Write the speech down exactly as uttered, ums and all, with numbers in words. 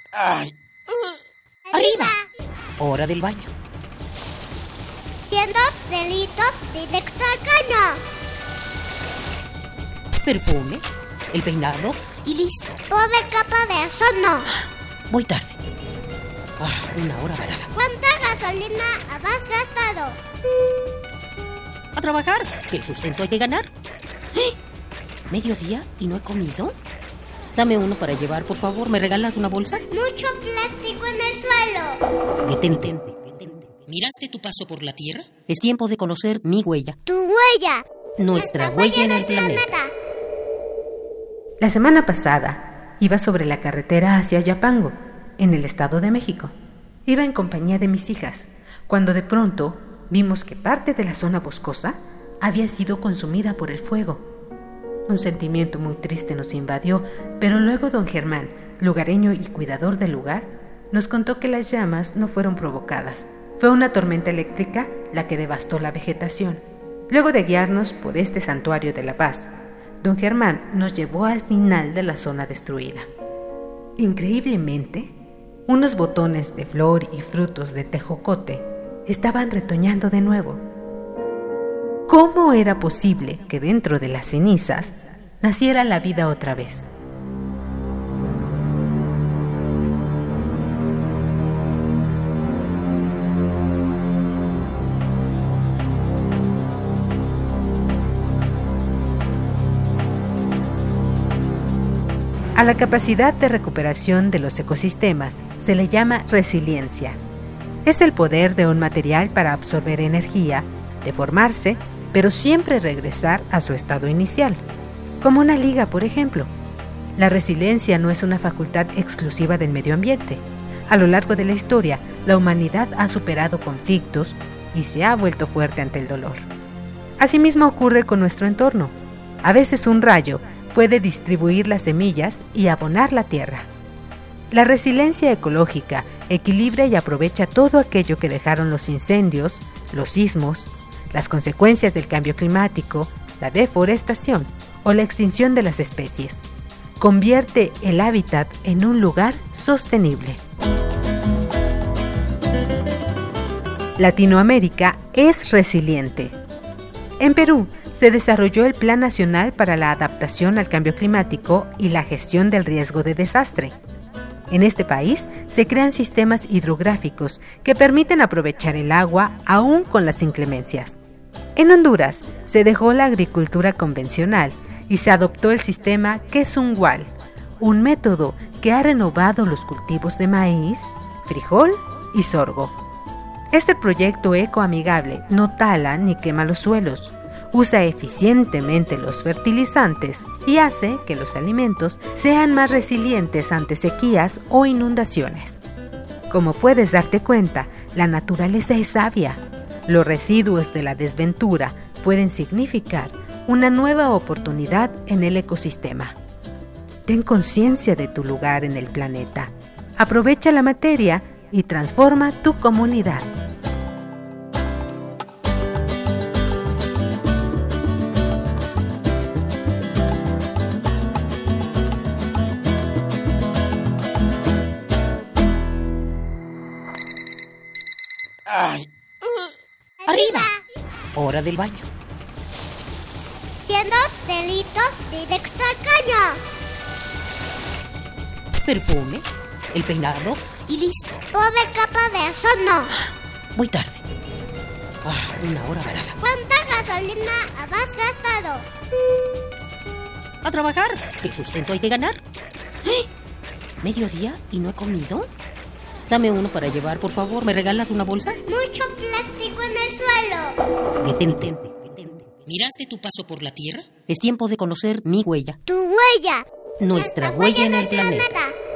¡Ay! ¡Arriba! Hora del baño. Siendo delito directo al caño. Perfume, el peinado y listo. Pobre capa de eso no. Voy tarde. Ah, una hora varada. ¿Cuánta gasolina has gastado? A trabajar, que el sustento hay que ganar. ¿Eh? ¿Mediodía y no he comido? Dame uno para llevar, por favor. ¿Me regalas una bolsa? Mucho plástico en el suelo. Detente, detente. ¿Miraste tu paso por la Tierra? Es tiempo de conocer mi huella. Tu huella. Nuestra huella en el planeta. La semana pasada iba sobre la carretera hacia Yapango, en el Estado de México. Iba en compañía de mis hijas, cuando de pronto vimos que parte de la zona boscosa había sido consumida por el fuego. Un sentimiento muy triste nos invadió, pero luego don Germán, lugareño y cuidador del lugar, nos contó que las llamas no fueron provocadas. Fue una tormenta eléctrica la que devastó la vegetación. Luego de guiarnos por este santuario de la paz, don Germán nos llevó al final de la zona destruida. Increíblemente, unos botones de flor y frutos de tejocote estaban retoñando de nuevo. ¿Cómo era posible que dentro de las cenizas naciera la vida otra vez? A la capacidad de recuperación de los ecosistemas se le llama resiliencia. Es el poder de un material para absorber energía, deformarse, pero siempre regresar a su estado inicial, como una liga, por ejemplo. La resiliencia no es una facultad exclusiva del medio ambiente. A lo largo de la historia, la humanidad ha superado conflictos y se ha vuelto fuerte ante el dolor. Asimismo ocurre con nuestro entorno. A veces un rayo puede distribuir las semillas y abonar la tierra. La resiliencia ecológica equilibra y aprovecha todo aquello que dejaron los incendios, los sismos, las consecuencias del cambio climático, la deforestación o la extinción de las especies. Convierte el hábitat en un lugar sostenible. Latinoamérica es resiliente. En Perú se desarrolló el Plan Nacional para la Adaptación al Cambio Climático y la Gestión del Riesgo de Desastre. En este país se crean sistemas hidrográficos que permiten aprovechar el agua aún con las inclemencias. En Honduras se dejó la agricultura convencional y se adoptó el sistema Quezungual, un método que ha renovado los cultivos de maíz, frijol y sorgo. Este proyecto ecoamigable no tala ni quema los suelos, usa eficientemente los fertilizantes y hace que los alimentos sean más resilientes ante sequías o inundaciones. Como puedes darte cuenta, la naturaleza es sabia. Los residuos de la desventura pueden significar una nueva oportunidad en el ecosistema. Ten conciencia de tu lugar en el planeta. Aprovecha la materia y transforma tu comunidad. ¡Ay! ¡Arriba! Hora del baño. Siendo delito directo al caño. Perfume, el peinado y listo. Pobre capa de eso no. Voy tarde. Ah, una hora varada. ¿Cuánta gasolina has gastado? A trabajar, que el sustento hay que ganar. ¿Eh? ¿Mediodía y no he comido? Dame uno para llevar, por favor. ¿Me regalas una bolsa? Mucho plástico en el suelo. Detente, detente. ¿Miraste tu paso por la Tierra? Es tiempo de conocer mi huella. Tu huella. Nuestra, Nuestra huella, huella en el planeta. planeta.